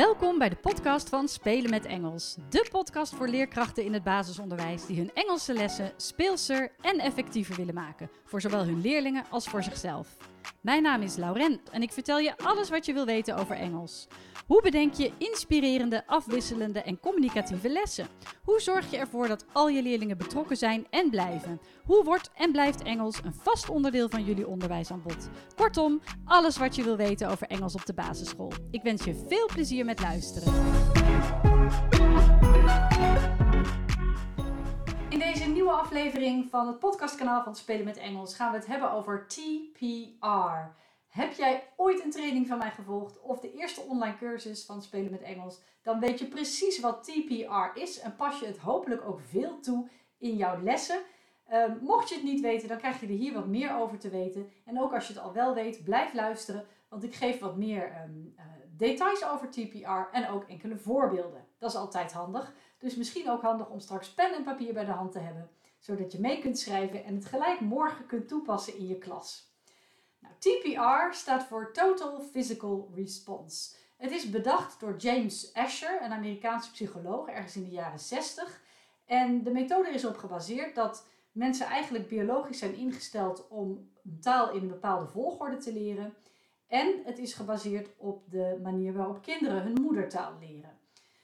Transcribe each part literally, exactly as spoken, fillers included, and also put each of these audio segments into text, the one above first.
Welkom bij de podcast van Spelen met Engels. De podcast voor leerkrachten in het basisonderwijs die hun Engelse lessen speelser en effectiever willen maken. Voor zowel hun leerlingen als voor zichzelf. Mijn naam is Lauren en ik vertel je alles wat je wil weten over Engels. Hoe bedenk je inspirerende, afwisselende en communicatieve lessen? Hoe zorg je ervoor dat al je leerlingen betrokken zijn en blijven? Hoe wordt en blijft Engels een vast onderdeel van jullie onderwijsaanbod? Kortom, alles wat je wil weten over Engels op de basisschool. Ik wens je veel plezier met luisteren. In deze nieuwe aflevering van het podcastkanaal van Spelen met Engels gaan we het hebben over T P R. Heb jij ooit een training van mij gevolgd of de eerste online cursus van Spelen met Engels, dan weet je precies wat T P R is en pas je het hopelijk ook veel toe in jouw lessen. Uh, mocht je het niet weten, dan krijg je er hier wat meer over te weten. En ook als je het al wel weet, blijf luisteren, want ik geef wat meer um, uh, details over T P R en ook enkele voorbeelden. Dat is altijd handig. Dus misschien ook handig om straks pen en papier bij de hand te hebben, zodat je mee kunt schrijven en het gelijk morgen kunt toepassen in je klas. Nou, T P R staat voor Total Physical Response. Het is bedacht door James Asher, een Amerikaanse psycholoog, ergens in de jaren zestig. En de methode is erop gebaseerd dat mensen eigenlijk biologisch zijn ingesteld om een taal in een bepaalde volgorde te leren. En het is gebaseerd op de manier waarop kinderen hun moedertaal leren.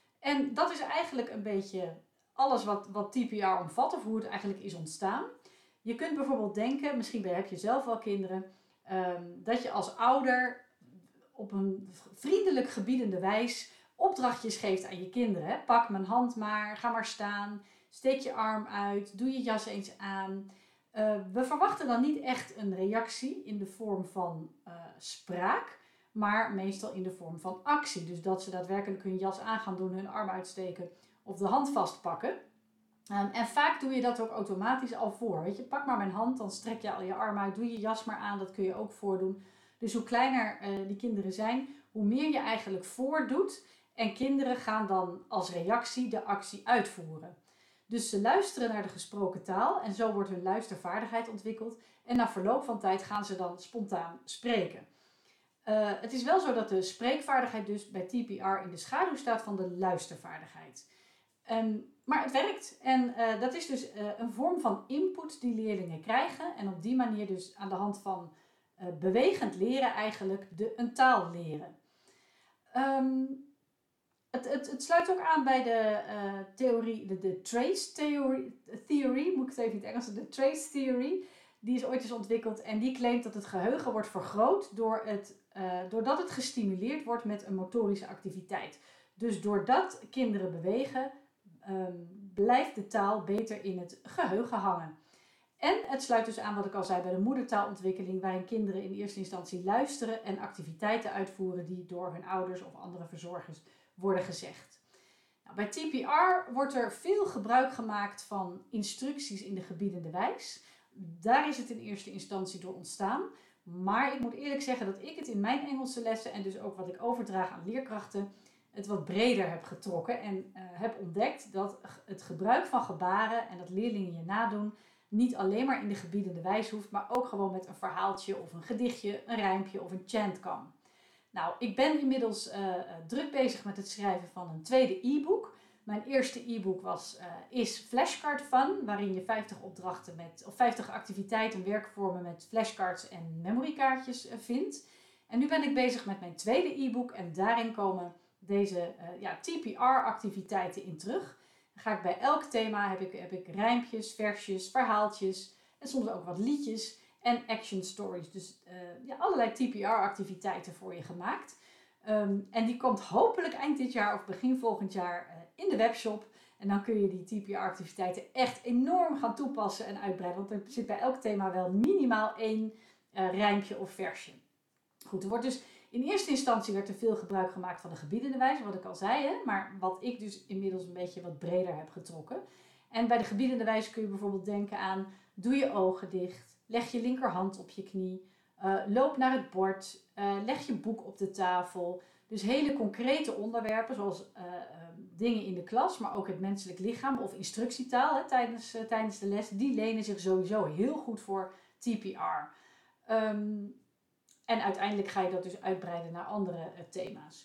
En dat is eigenlijk een beetje alles wat, wat T P R omvat, of hoe het eigenlijk is ontstaan. Je kunt bijvoorbeeld denken, misschien heb je zelf wel kinderen, um, dat je als ouder op een vriendelijk gebiedende wijs opdrachtjes geeft aan je kinderen. Hè? Pak mijn hand maar, ga maar staan, steek je arm uit, doe je jas eens aan. Uh, we verwachten dan niet echt een reactie in de vorm van uh, spraak, maar meestal in de vorm van actie. Dus dat ze daadwerkelijk hun jas aan gaan doen, hun arm uitsteken of de hand vastpakken. Um, en vaak doe je dat ook automatisch al voor. Weet je, pak maar mijn hand, dan strek je al je arm uit, doe je jas maar aan, dat kun je ook voordoen. Dus hoe kleiner uh, die kinderen zijn, hoe meer je eigenlijk voordoet. En kinderen gaan dan als reactie de actie uitvoeren. Dus ze luisteren naar de gesproken taal en zo wordt hun luistervaardigheid ontwikkeld. En na verloop van tijd gaan ze dan spontaan spreken. Uh, het is wel zo dat de spreekvaardigheid dus bij T P R in de schaduw staat van de luistervaardigheid. Um, maar het werkt en uh, dat is dus uh, een vorm van input die leerlingen krijgen. En op die manier dus aan de hand van uh, bewegend leren eigenlijk de, een taal leren. Um, Het, het, het sluit ook aan bij de uh, theorie, de, de trace theory, theory, moet ik het even in het Engels zeggen, de trace theory. Die is ooit eens ontwikkeld en die claimt dat het geheugen wordt vergroot door het, uh, doordat het gestimuleerd wordt met een motorische activiteit. Dus doordat kinderen bewegen, um, blijft de taal beter in het geheugen hangen. En het sluit dus aan wat ik al zei bij de moedertaalontwikkeling, waarin kinderen in eerste instantie luisteren en activiteiten uitvoeren die door hun ouders of andere verzorgers worden gezegd. Nou, bij T P R wordt er veel gebruik gemaakt van instructies in de gebiedende wijs. Daar is het in eerste instantie door ontstaan. Maar ik moet eerlijk zeggen dat ik het in mijn Engelse lessen en dus ook wat ik overdraag aan leerkrachten het wat breder heb getrokken. En uh, heb ontdekt dat het gebruik van gebaren en dat leerlingen je nadoen niet alleen maar in de gebiedende wijs hoeft, maar ook gewoon met een verhaaltje of een gedichtje, een rijmpje of een chant kan. Nou, ik ben inmiddels uh, druk bezig met het schrijven van een tweede e-book. Mijn eerste e-book was, uh, is Flashcard Fun, waarin je vijftig opdrachten met, of vijftig activiteiten, werkvormen met flashcards en memorykaartjes uh, vindt. En nu ben ik bezig met mijn tweede e-book en daarin komen deze uh, ja, T P R-activiteiten in terug. Dan ga ik bij elk thema, heb ik, heb ik rijmpjes, versjes, verhaaltjes en soms ook wat liedjes en action stories. Dus uh, ja, allerlei T P R-activiteiten voor je gemaakt. Um, en die komt hopelijk eind dit jaar of begin volgend jaar uh, in de webshop. En dan kun je die T P R-activiteiten echt enorm gaan toepassen en uitbreiden. Want er zit bij elk thema wel minimaal één uh, rijmpje of versje. Goed, er wordt dus in eerste instantie werd er veel gebruik gemaakt van de gebiedende wijze, wat ik al zei. Hè? Maar wat ik dus inmiddels een beetje wat breder heb getrokken. En bij de gebiedende wijze kun je bijvoorbeeld denken aan, doe je ogen dicht. Leg je linkerhand op je knie, uh, loop naar het bord, uh, leg je boek op de tafel. Dus hele concrete onderwerpen zoals uh, uh, dingen in de klas, maar ook het menselijk lichaam of instructietaal hè, tijdens, uh, tijdens de les. Die lenen zich sowieso heel goed voor T P R. Um, en uiteindelijk ga je dat dus uitbreiden naar andere uh, thema's.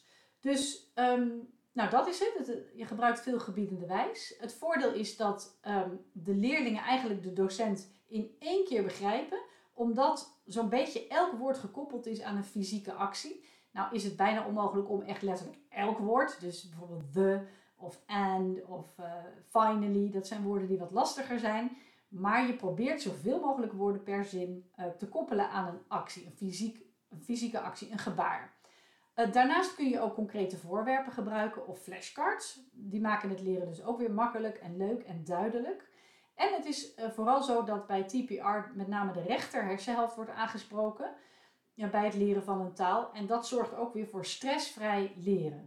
Dus, um, nou dat is het. het. Je gebruikt veel gebiedende wijs. Het voordeel is dat um, de leerlingen eigenlijk de docent in één keer begrijpen, omdat zo'n beetje elk woord gekoppeld is aan een fysieke actie. Nou is het bijna onmogelijk om echt letterlijk elk woord, dus bijvoorbeeld the of and of uh, finally, dat zijn woorden die wat lastiger zijn. Maar je probeert zoveel mogelijk woorden per zin uh, te koppelen aan een actie, een, fysiek, een fysieke actie, een gebaar. Uh, daarnaast kun je ook concrete voorwerpen gebruiken of flashcards. Die maken het leren dus ook weer makkelijk en leuk en duidelijk. En het is uh, vooral zo dat bij T P R met name de rechter hersenhelft wordt aangesproken ja, bij het leren van een taal. En dat zorgt ook weer voor stressvrij leren.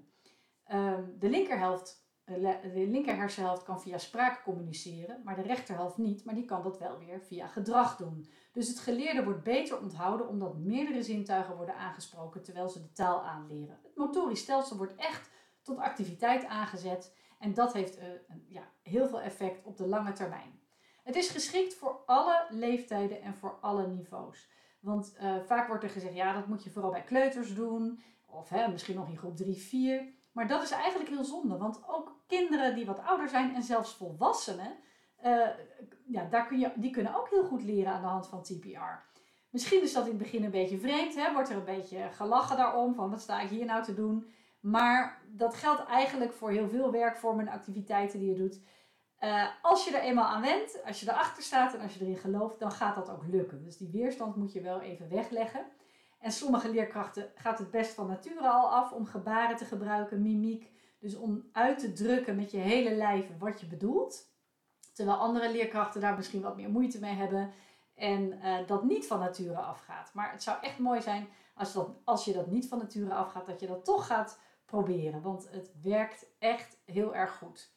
Um, de linkerhelft De linker hersenhelft kan via spraak communiceren, maar de rechterhelft niet, maar die kan dat wel weer via gedrag doen. Dus het geleerde wordt beter onthouden omdat meerdere zintuigen worden aangesproken terwijl ze de taal aanleren. Het motorisch stelsel wordt echt tot activiteit aangezet en dat heeft uh, ja, heel veel effect op de lange termijn. Het is geschikt voor alle leeftijden en voor alle niveaus. Want uh, vaak wordt er gezegd, ja dat moet je vooral bij kleuters doen, of hè, misschien nog in groep drie, vier. Maar dat is eigenlijk heel zonde, want ook kinderen die wat ouder zijn en zelfs volwassenen, uh, ja, daar kun je, die kunnen ook heel goed leren aan de hand van T P R. Misschien is dat in het begin een beetje vreemd, hè? Wordt er een beetje gelachen daarom, van wat sta ik hier nou te doen. Maar dat geldt eigenlijk voor heel veel werkvormen en activiteiten die je doet. Uh, als je er eenmaal aan went, als je erachter staat en als je erin gelooft, dan gaat dat ook lukken. Dus die weerstand moet je wel even wegleggen. En sommige leerkrachten gaat het best van nature al af om gebaren te gebruiken, mimiek. Dus om uit te drukken met je hele lijf wat je bedoelt. Terwijl andere leerkrachten daar misschien wat meer moeite mee hebben. En uh, dat niet van nature afgaat. Maar het zou echt mooi zijn als, dat, als je dat niet van nature afgaat, dat je dat toch gaat proberen. Want het werkt echt heel erg goed.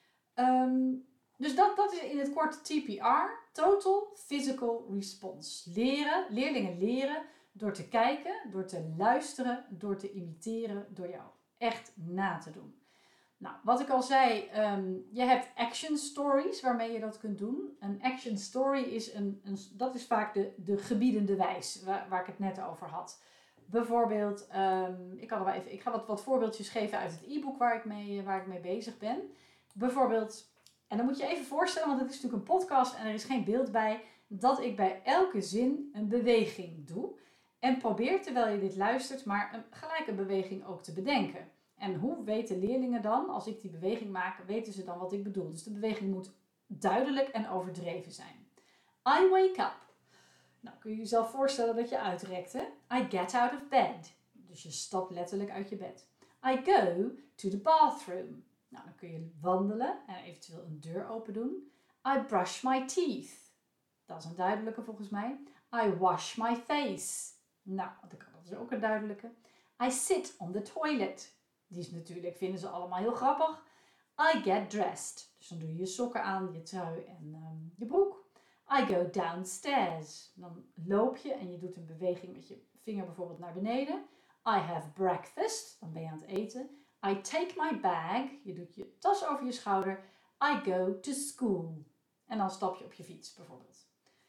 Um, dus dat, dat is in het kort T P R. Total Physical Response. Leren, leerlingen leren door te kijken, door te luisteren, door te imiteren, door jou echt na te doen. Nou, wat ik al zei, um, je hebt action stories waarmee je dat kunt doen. Een action story is, een, een, dat is vaak de, de gebiedende wijs waar, waar ik het net over had. Bijvoorbeeld, um, ik, kan er wel even, ik ga wat, wat voorbeeldjes geven uit het e-book waar ik mee, waar ik mee bezig ben. Bijvoorbeeld, en dan moet je even voorstellen, want het is natuurlijk een podcast en er is geen beeld bij, dat ik bij elke zin een beweging doe. En probeer terwijl je dit luistert, maar een, gelijk een beweging ook te bedenken. En hoe weten leerlingen dan, als ik die beweging maak, weten ze dan wat ik bedoel. Dus de beweging moet duidelijk en overdreven zijn. I wake up. Nou, kun je jezelf voorstellen dat je uitrekt, hè? I get out of bed. Dus je stapt letterlijk uit je bed. I go to the bathroom. Nou, dan kun je wandelen en eventueel een deur open doen. I brush my teeth. Dat is een duidelijke volgens mij. I wash my face. Nou, dat is ook een duidelijke. I sit on the toilet. Die is natuurlijk, vinden ze allemaal heel grappig. I get dressed. Dus dan doe je je sokken aan, je trui en um, je broek. I go downstairs. Dan loop je en je doet een beweging met je vinger bijvoorbeeld naar beneden. I have breakfast. Dan ben je aan het eten. I take my bag. Je doet je tas over je schouder. I go to school. En dan stap je op je fiets bijvoorbeeld.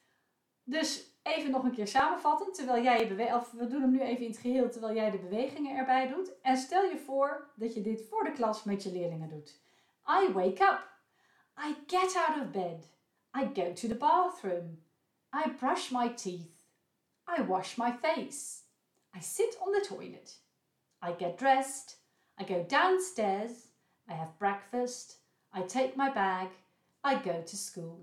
Dus even nog een keer samenvatten, terwijl jij je bewe- of we doen hem nu even in het geheel, terwijl jij de bewegingen erbij doet. En stel je voor dat je dit voor de klas met je leerlingen doet. I wake up. I get out of bed. I go to the bathroom. I brush my teeth. I wash my face. I sit on the toilet. I get dressed. I go downstairs. I have breakfast. I take my bag. I go to school.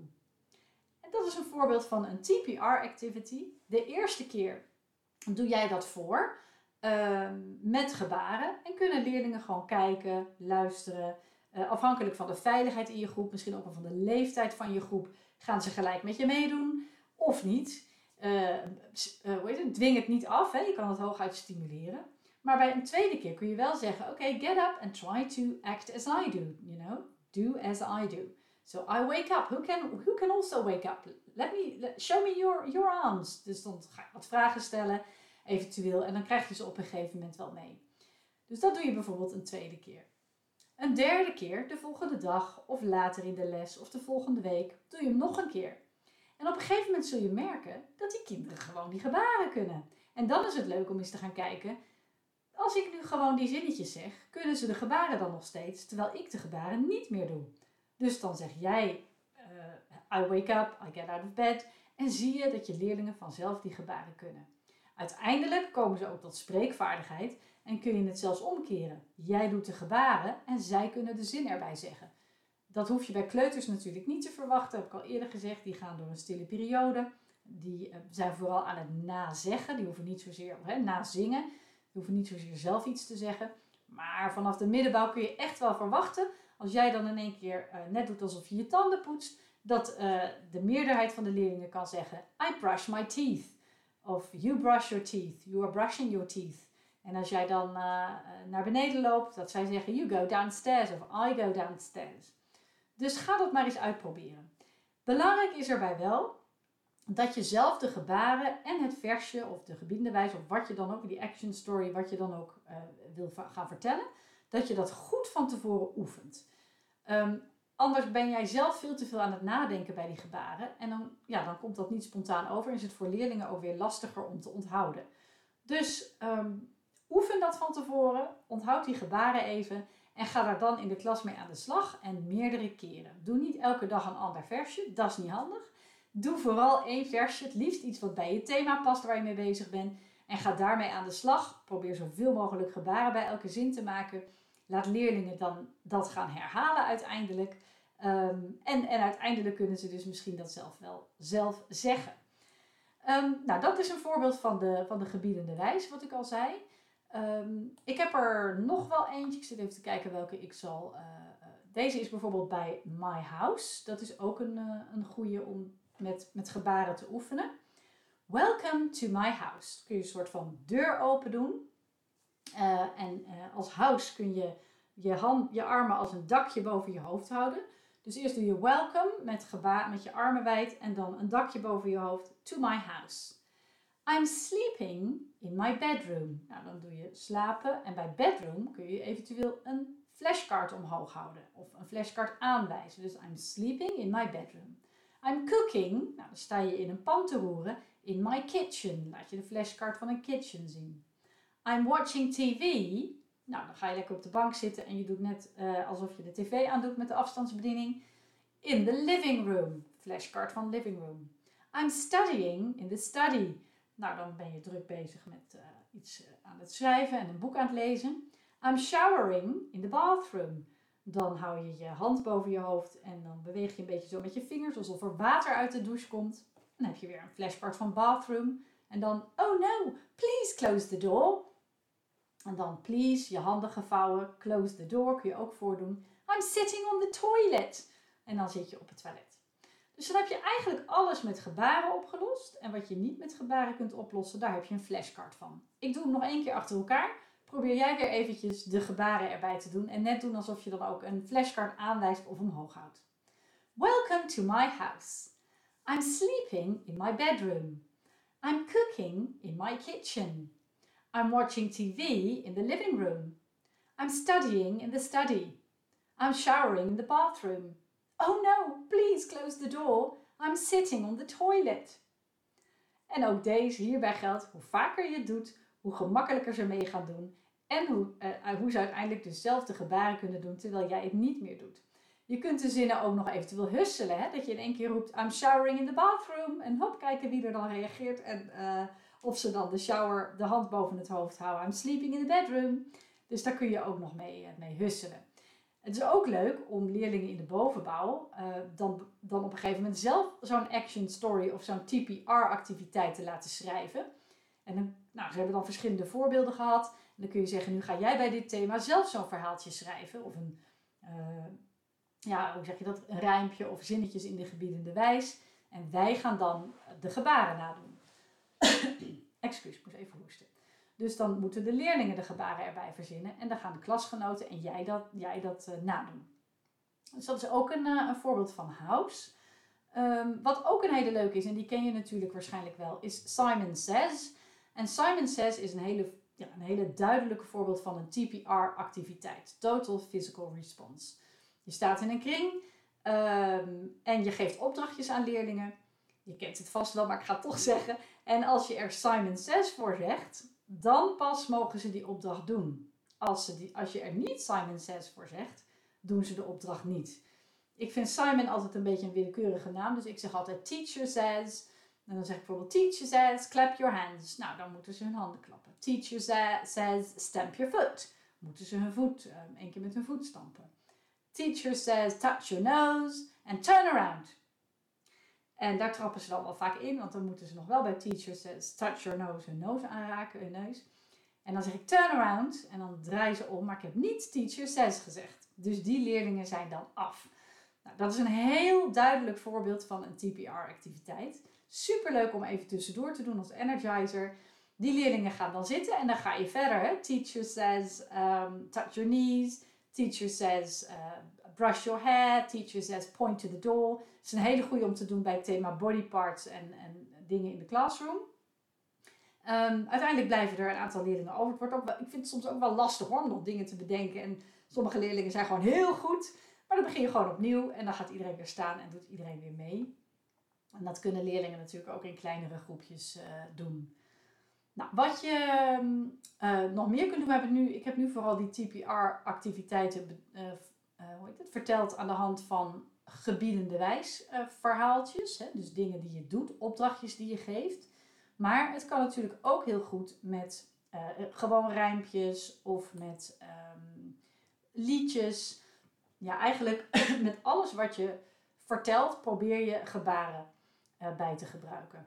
Dat is een voorbeeld van een T P R-activity. De eerste keer doe jij dat voor uh, met gebaren. En kunnen leerlingen gewoon kijken, luisteren. Uh, afhankelijk van de veiligheid in je groep, misschien ook wel van de leeftijd van je groep, gaan ze gelijk met je meedoen of niet. Uh, uh, hoe heet het? Dwing het niet af, hè? Je kan het hooguit stimuleren. Maar bij een tweede keer kun je wel zeggen, oké, okay, get up and try to act as I do. You know, do as I do. So I wake up. Who can, who can also wake up? Let me, let, show me your, your arms. Dus dan ga ik wat vragen stellen, eventueel. En dan krijg je ze op een gegeven moment wel mee. Dus dat doe je bijvoorbeeld een tweede keer. Een derde keer, de volgende dag of later in de les of de volgende week, doe je hem nog een keer. En op een gegeven moment zul je merken dat die kinderen gewoon die gebaren kunnen. En dan is het leuk om eens te gaan kijken, Als ik nu gewoon die zinnetjes zeg, kunnen ze de gebaren dan nog steeds, terwijl ik de gebaren niet meer doe. Dus dan zeg jij, uh, I wake up, I get out of bed. En zie je dat je leerlingen vanzelf die gebaren kunnen. Uiteindelijk komen ze ook tot spreekvaardigheid en kun je het zelfs omkeren. Jij doet de gebaren en zij kunnen de zin erbij zeggen. Dat hoef je bij kleuters natuurlijk niet te verwachten, heb ik al eerder gezegd. Die gaan door een stille periode. Die uh, zijn vooral aan het nazeggen. Die hoeven niet zozeer hè, nazingen. Die hoeven niet zozeer zelf iets te zeggen. Maar vanaf de middenbouw kun je echt wel verwachten, als jij dan in één keer uh, net doet alsof je je tanden poetst, dat uh, de meerderheid van de leerlingen kan zeggen, I brush my teeth. Of you brush your teeth. You are brushing your teeth. En als jij dan uh, naar beneden loopt, dat zij zeggen, you go downstairs. Of I go downstairs. Dus ga dat maar eens uitproberen. Belangrijk is erbij wel dat je zelf de gebaren en het versje of de gebiedende wijze of wat je dan ook, die action story, wat je dan ook uh, wil gaan vertellen, dat je dat goed van tevoren oefent. Um, anders ben jij zelf veel te veel aan het nadenken bij die gebaren en dan, ja, dan komt dat niet spontaan over en is het voor leerlingen ook weer lastiger om te onthouden. Dus um, oefen dat van tevoren, onthoud die gebaren even en ga daar dan in de klas mee aan de slag en meerdere keren. Doe niet elke dag een ander versje, dat is niet handig. Doe vooral één versje, het liefst iets wat bij je thema past waar je mee bezig bent. En ga daarmee aan de slag. Probeer zoveel mogelijk gebaren bij elke zin te maken. Laat leerlingen dan dat gaan herhalen uiteindelijk. Um, en, en uiteindelijk kunnen ze dus misschien dat zelf wel zelf zeggen. Um, nou, dat is een voorbeeld van de, van de gebiedende wijs, wat ik al zei. Um, ik heb er nog wel eentje. Ik zit even te kijken welke ik zal... Uh, uh, deze is bijvoorbeeld bij My House. Dat is ook een, uh, een goede om met, met gebaren te oefenen. Welcome to my house. Dan kun je een soort van deur open doen. Uh, en uh, als house kun je je, hand, je armen als een dakje boven je hoofd houden. Dus eerst doe je welcome met, geba- met je armen wijd en dan een dakje boven je hoofd. To my house. I'm sleeping in my bedroom. Nou, dan doe je slapen en bij bedroom kun je eventueel een flashcard omhoog houden. Of een flashcard aanwijzen. Dus I'm sleeping in my bedroom. I'm cooking. Nou, dan sta je in een pan te roeren. In my kitchen. Laat je de flashcard van een kitchen zien. I'm watching T V. Nou, dan ga je lekker op de bank zitten en je doet net uh, alsof je de tv aandoet met de afstandsbediening. In the living room. Flashcard van living room. I'm studying in the study. Nou, dan ben je druk bezig met uh, iets uh, aan het schrijven en een boek aan het lezen. I'm showering in the bathroom. Dan hou je je hand boven je hoofd en dan beweeg je een beetje zo met je vingers alsof er water uit de douche komt. Dan heb je weer een flashcard van bathroom. En dan, oh no, please close the door. En dan please, je handen gevouwen, close the door, kun je ook voordoen. I'm sitting on the toilet. En dan zit je op het toilet. Dus dan heb je eigenlijk alles met gebaren opgelost. En wat je niet met gebaren kunt oplossen, daar heb je een flashcard van. Ik doe hem nog één keer achter elkaar. Probeer jij weer eventjes de gebaren erbij te doen. En net doen alsof je dan ook een flashcard aanwijst of omhoog houdt. Welcome to my house. I'm sleeping in my bedroom. I'm cooking in my kitchen. I'm watching T V in the living room. I'm studying in the study. I'm showering in the bathroom. Oh no, please close the door. I'm sitting on the toilet. En ook deze, hierbij geldt, hoe vaker je het doet, hoe gemakkelijker ze mee gaan doen. En hoe, uh, hoe ze uiteindelijk dezelfde gebaren kunnen doen, terwijl jij het niet meer doet. Je kunt de zinnen ook nog eventueel husselen. Hè? Dat je in één keer roept, I'm showering in the bathroom. En hop, kijken wie er dan reageert. En uh, of ze dan de shower, de hand boven het hoofd houden. I'm sleeping in the bedroom. Dus daar kun je ook nog mee, uh, mee husselen. Het is ook leuk om leerlingen in de bovenbouw uh, dan, dan op een gegeven moment zelf zo'n action story of zo'n T P R-activiteit te laten schrijven. En dan, nou, ze hebben dan verschillende voorbeelden gehad. En dan kun je zeggen, nu ga jij bij dit thema zelf zo'n verhaaltje schrijven. Of een, uh, ja, hoe zeg je dat, een rijmpje of zinnetjes in de gebiedende wijs. En wij gaan dan de gebaren nadoen. Excuus, ik moest even hoesten. Dus dan moeten de leerlingen de gebaren erbij verzinnen. En dan gaan de klasgenoten en jij dat, jij dat uh, nadoen. Dus dat is ook een, uh, een voorbeeld van House. Um, wat ook een hele leuke is, en die ken je natuurlijk waarschijnlijk wel, is Simon Says. En Simon Says is een hele, ja, een hele duidelijke voorbeeld van een T P R-activiteit. Total Physical Response. Je staat in een kring um, en je geeft opdrachtjes aan leerlingen. Je kent het vast wel, maar ik ga het toch zeggen. En als je er Simon Says voor zegt, dan pas mogen ze die opdracht doen. Als, ze die, als je er niet Simon Says voor zegt, doen ze de opdracht niet. Ik vind Simon altijd een beetje een willekeurige naam. Dus ik zeg altijd teacher says. En dan zeg ik bijvoorbeeld teacher says clap your hands. Nou, dan moeten ze hun handen klappen. Teacher says stamp your foot. Moeten ze hun voet, um, één keer met hun voet stampen. Teacher says touch your nose and turn around. En daar trappen ze dan wel vaak in. Want dan moeten ze nog wel bij teacher says touch your nose hun neus aanraken. Hun neus. En dan zeg ik turn around. En dan draaien ze om. Maar ik heb niet teacher says gezegd. Dus die leerlingen zijn dan af. Nou, dat is een heel duidelijk voorbeeld van een T P R-activiteit. Superleuk om even tussendoor te doen als energizer. Die leerlingen gaan dan zitten en dan ga je verder. Hè? Teacher says um, touch your knees. Teacher says uh, brush your hair. Teacher says point to the door. Het is een hele goede om te doen bij het thema body parts en, en dingen in de classroom. Um, uiteindelijk blijven er een aantal leerlingen over. Het wordt ook wel, ik vind het soms ook wel lastig hoor, om nog dingen te bedenken. En sommige leerlingen zijn gewoon heel goed. Maar dan begin je gewoon opnieuw en dan gaat iedereen weer staan en doet iedereen weer mee. En dat kunnen leerlingen natuurlijk ook in kleinere groepjes uh, doen. Nou, wat je uh, nog meer kunt doen, we hebben nu, ik heb nu vooral die T P R-activiteiten uh, uh, hoe heet het, verteld aan de hand van gebiedende wijs uh, verhaaltjes. Hè? Dus dingen die je doet, opdrachtjes die je geeft. Maar het kan natuurlijk ook heel goed met uh, gewoon rijmpjes of met um, liedjes. Ja, eigenlijk met alles wat je vertelt, probeer je gebaren uh, bij te gebruiken.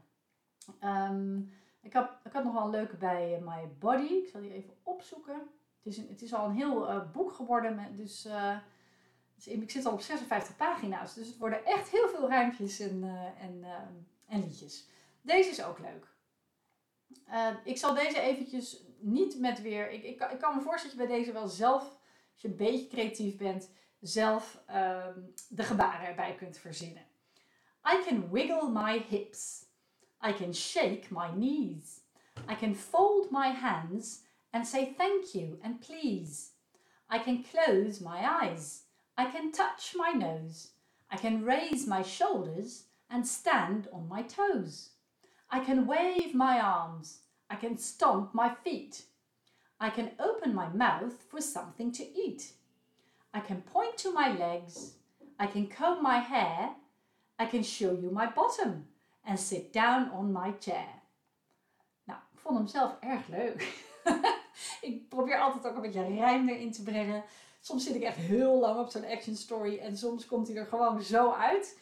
Um, ik, had, ik had nog wel een leuke bij uh, My Body. Ik zal die even opzoeken. Het is, een, het is al een heel uh, boek geworden. Met, dus, uh, dus ik zit al op zesenvijftig pagina's. Dus het worden echt heel veel rijmpjes en, uh, en, uh, en liedjes. Deze is ook leuk. Uh, ik zal deze eventjes niet met weer... Ik, ik, ik kan me voorstellen dat je bij deze wel zelf, als je een beetje creatief bent, zelf um, de gebaren erbij kunt verzinnen. I can wiggle my hips. I can shake my knees. I can fold my hands and say thank you and please. I can close my eyes. I can touch my nose. I can raise my shoulders and stand on my toes. I can wave my arms. I can stomp my feet. I can open my mouth for something to eat. I can point to my legs. I can comb my hair. I can show you my bottom and sit down on my chair. Nou, ik vond hem zelf erg leuk. Ik probeer altijd ook een beetje rijm erin te brengen. Soms zit ik echt heel lang op zo'n action story en soms komt hij er gewoon zo uit.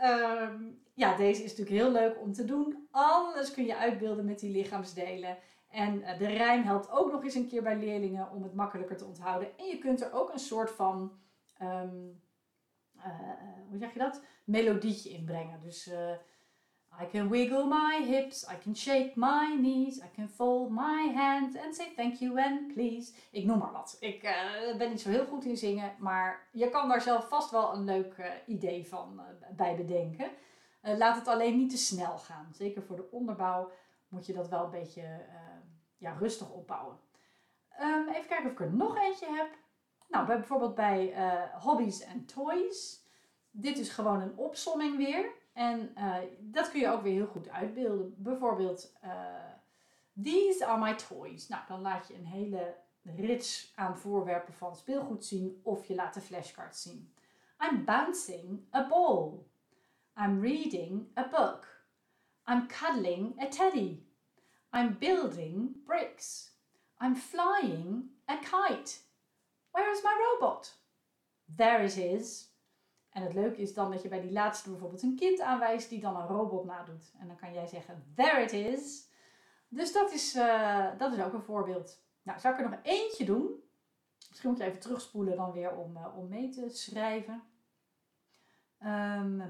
Um, ja, deze is natuurlijk heel leuk om te doen. Alles kun je uitbeelden met die lichaamsdelen. En uh, de rijm helpt ook nog eens een keer bij leerlingen om het makkelijker te onthouden. En je kunt er ook een soort van, um, uh, hoe zeg je dat? Melodietje in brengen. Dus uh, I can wiggle my hips, I can shake my knees, I can fold my hands and say thank you and please. Ik noem maar wat. Ik uh, ben niet zo heel goed in zingen, maar je kan daar zelf vast wel een leuk uh, idee van uh, bij bedenken. Uh, laat het alleen niet te snel gaan. Zeker voor de onderbouw moet je dat wel een beetje uh, ja, rustig opbouwen. Um, even kijken of ik er nog eentje heb. Nou, bij, bijvoorbeeld bij uh, hobbies en toys. Dit is gewoon een opsomming weer. En uh, dat kun je ook weer heel goed uitbeelden. Bijvoorbeeld, uh, these are my toys. Nou, dan laat je een hele rits aan voorwerpen van speelgoed zien. Of je laat de flashcards zien. I'm bouncing a ball. I'm reading a book. I'm cuddling a teddy. I'm building bricks. I'm flying a kite. Where is my robot? There it is. En het leuke is dan dat je bij die laatste bijvoorbeeld een kind aanwijst die dan een robot nadoet. En dan kan jij zeggen, there it is. Dus dat is, uh, dat is ook een voorbeeld. Nou, zou ik er nog eentje doen? Misschien moet je even terugspoelen dan weer om, uh, om mee te schrijven. Um,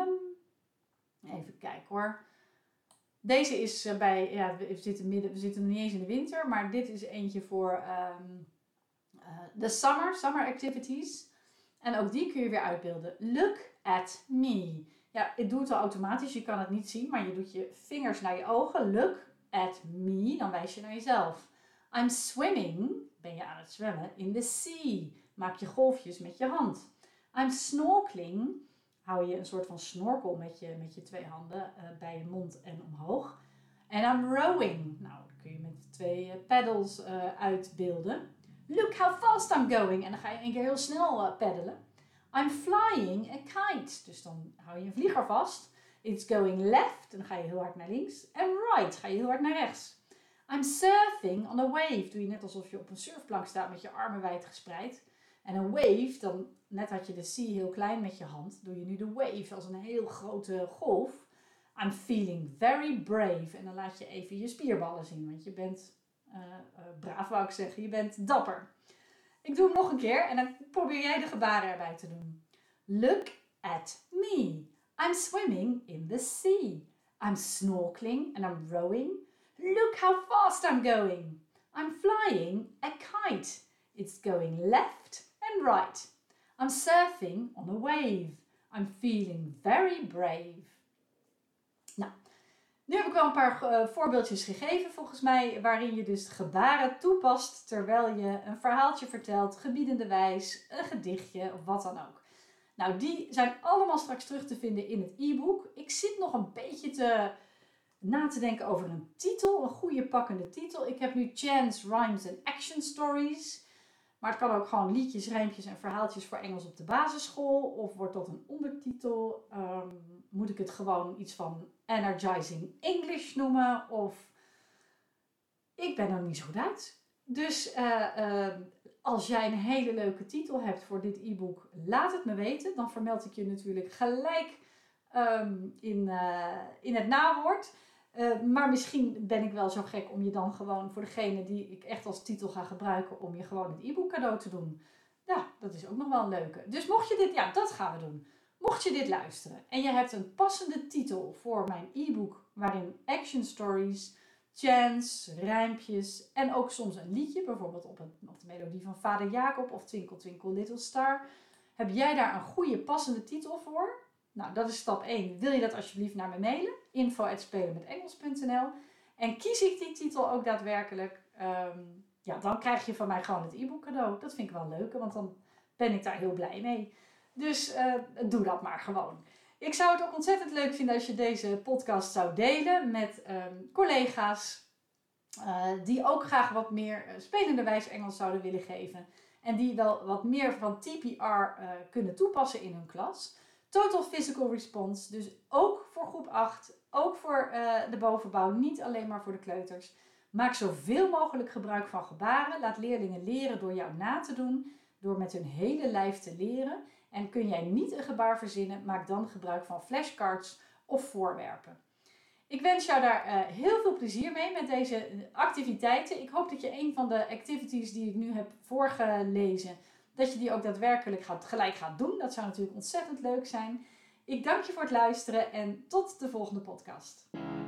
even kijken hoor. Deze is uh, bij, ja, we zitten, midden, we zitten nog niet eens in de winter, maar dit is eentje voor um, uh, de summer, summer activities. En ook die kun je weer uitbeelden. Look at me. Ja, ik doe het al automatisch. Je kan het niet zien, maar je doet je vingers naar je ogen. Look at me. Dan wijs je naar jezelf. I'm swimming. Ben je aan het zwemmen in the sea. Maak je golfjes met je hand. I'm snorkeling. Hou je een soort van snorkel met je, met je twee handen uh, bij je mond en omhoog. En I'm rowing. Nou, dat kun je met twee uh, pedals uh, uitbeelden. Look how fast I'm going. En dan ga je een keer heel snel uh, peddelen. I'm flying a kite. Dus dan hou je een vlieger vast. It's going left. En dan ga je heel hard naar links. En right. Ga je heel hard naar rechts. I'm surfing on a wave. Doe je net alsof je op een surfplank staat met je armen wijd gespreid. En een wave, dan net had je de sea heel klein met je hand. Doe je nu de wave als een heel grote golf. I'm feeling very brave. En dan laat je even je spierballen zien. Want je bent uh, uh, braaf, wou ik zeggen. Je bent dapper. Ik doe hem nog een keer en dan probeer jij de gebaren erbij te doen. Look at me. I'm swimming in the sea. I'm snorkeling and I'm rowing. Look how fast I'm going. I'm flying a kite. It's going left and right. I'm surfing on a wave. I'm feeling very brave. Nou, nu heb ik wel een paar uh, voorbeeldjes gegeven volgens mij, waarin je dus gebaren toepast terwijl je een verhaaltje vertelt, gebiedende wijs, een gedichtje of wat dan ook. Nou, die zijn allemaal straks terug te vinden in het e-book. Ik zit nog een beetje te, na te denken over een titel, een goede pakkende titel. Ik heb nu Chants, Rhymes en Action Stories. Maar het kan ook gewoon liedjes, rijmpjes en verhaaltjes voor Engels op de basisschool. Of wordt dat een ondertitel? Um, moet ik het gewoon iets van Energizing English noemen? Of ik ben er niet zo goed uit. Dus uh, uh, als jij een hele leuke titel hebt voor dit e-book, laat het me weten. Dan vermeld ik je natuurlijk gelijk um, in, uh, in het nawoord. Uh, maar misschien ben ik wel zo gek om je dan gewoon voor degene die ik echt als titel ga gebruiken, om je gewoon het e-book cadeau te doen. Ja, dat is ook nog wel een leuke. Dus mocht je dit, ja, dat gaan we doen. Mocht je dit luisteren en je hebt een passende titel voor mijn e-book, waarin action stories, chants, rijmpjes en ook soms een liedje, bijvoorbeeld op, een, op de melodie van Vader Jacob of Twinkle Twinkle Little Star. Heb jij daar een goede passende titel voor? Nou, dat is stap één. Wil je dat alsjeblieft naar me mailen? info at spelenmetengels punt n l. En kies ik die titel ook daadwerkelijk, um, ja, dan krijg je van mij gewoon het e-book cadeau. Dat vind ik wel leuk, want dan ben ik daar heel blij mee. Dus uh, doe dat maar gewoon. Ik zou het ook ontzettend leuk vinden als je deze podcast zou delen met um, collega's uh, die ook graag wat meer uh, spelenderwijs Engels zouden willen geven. En die wel wat meer van T P R uh, kunnen toepassen in hun klas. Total Physical Response, dus ook voor groep acht, ook voor uh, de bovenbouw, niet alleen maar voor de kleuters. Maak zoveel mogelijk gebruik van gebaren. Laat leerlingen leren door jou na te doen, door met hun hele lijf te leren. En kun jij niet een gebaar verzinnen, maak dan gebruik van flashcards of voorwerpen. Ik wens jou daar uh, heel veel plezier mee met deze activiteiten. Ik hoop dat je een van de activities die ik nu heb voorgelezen, dat je die ook daadwerkelijk gaat, gelijk gaat doen. Dat zou natuurlijk ontzettend leuk zijn. Ik dank je voor het luisteren en tot de volgende podcast.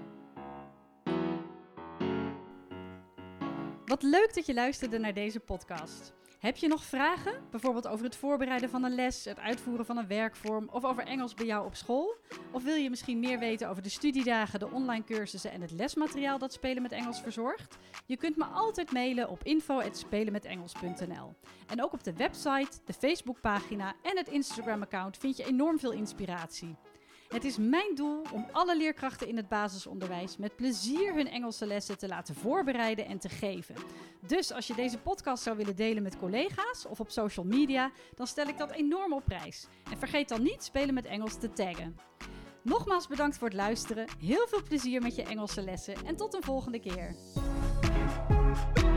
Wat leuk dat je luisterde naar deze podcast. Heb je nog vragen? Bijvoorbeeld over het voorbereiden van een les, het uitvoeren van een werkvorm of over Engels bij jou op school? Of wil je misschien meer weten over de studiedagen, de online cursussen en het lesmateriaal dat Spelen met Engels verzorgt? Je kunt me altijd mailen op info at spelenmetengels punt n l. En ook op de website, de Facebookpagina en het Instagram-account vind je enorm veel inspiratie. Het is mijn doel om alle leerkrachten in het basisonderwijs met plezier hun Engelse lessen te laten voorbereiden en te geven. Dus als je deze podcast zou willen delen met collega's of op social media, dan stel ik dat enorm op prijs. En vergeet dan niet Spelen met Engels te taggen. Nogmaals bedankt voor het luisteren, heel veel plezier met je Engelse lessen en tot een volgende keer.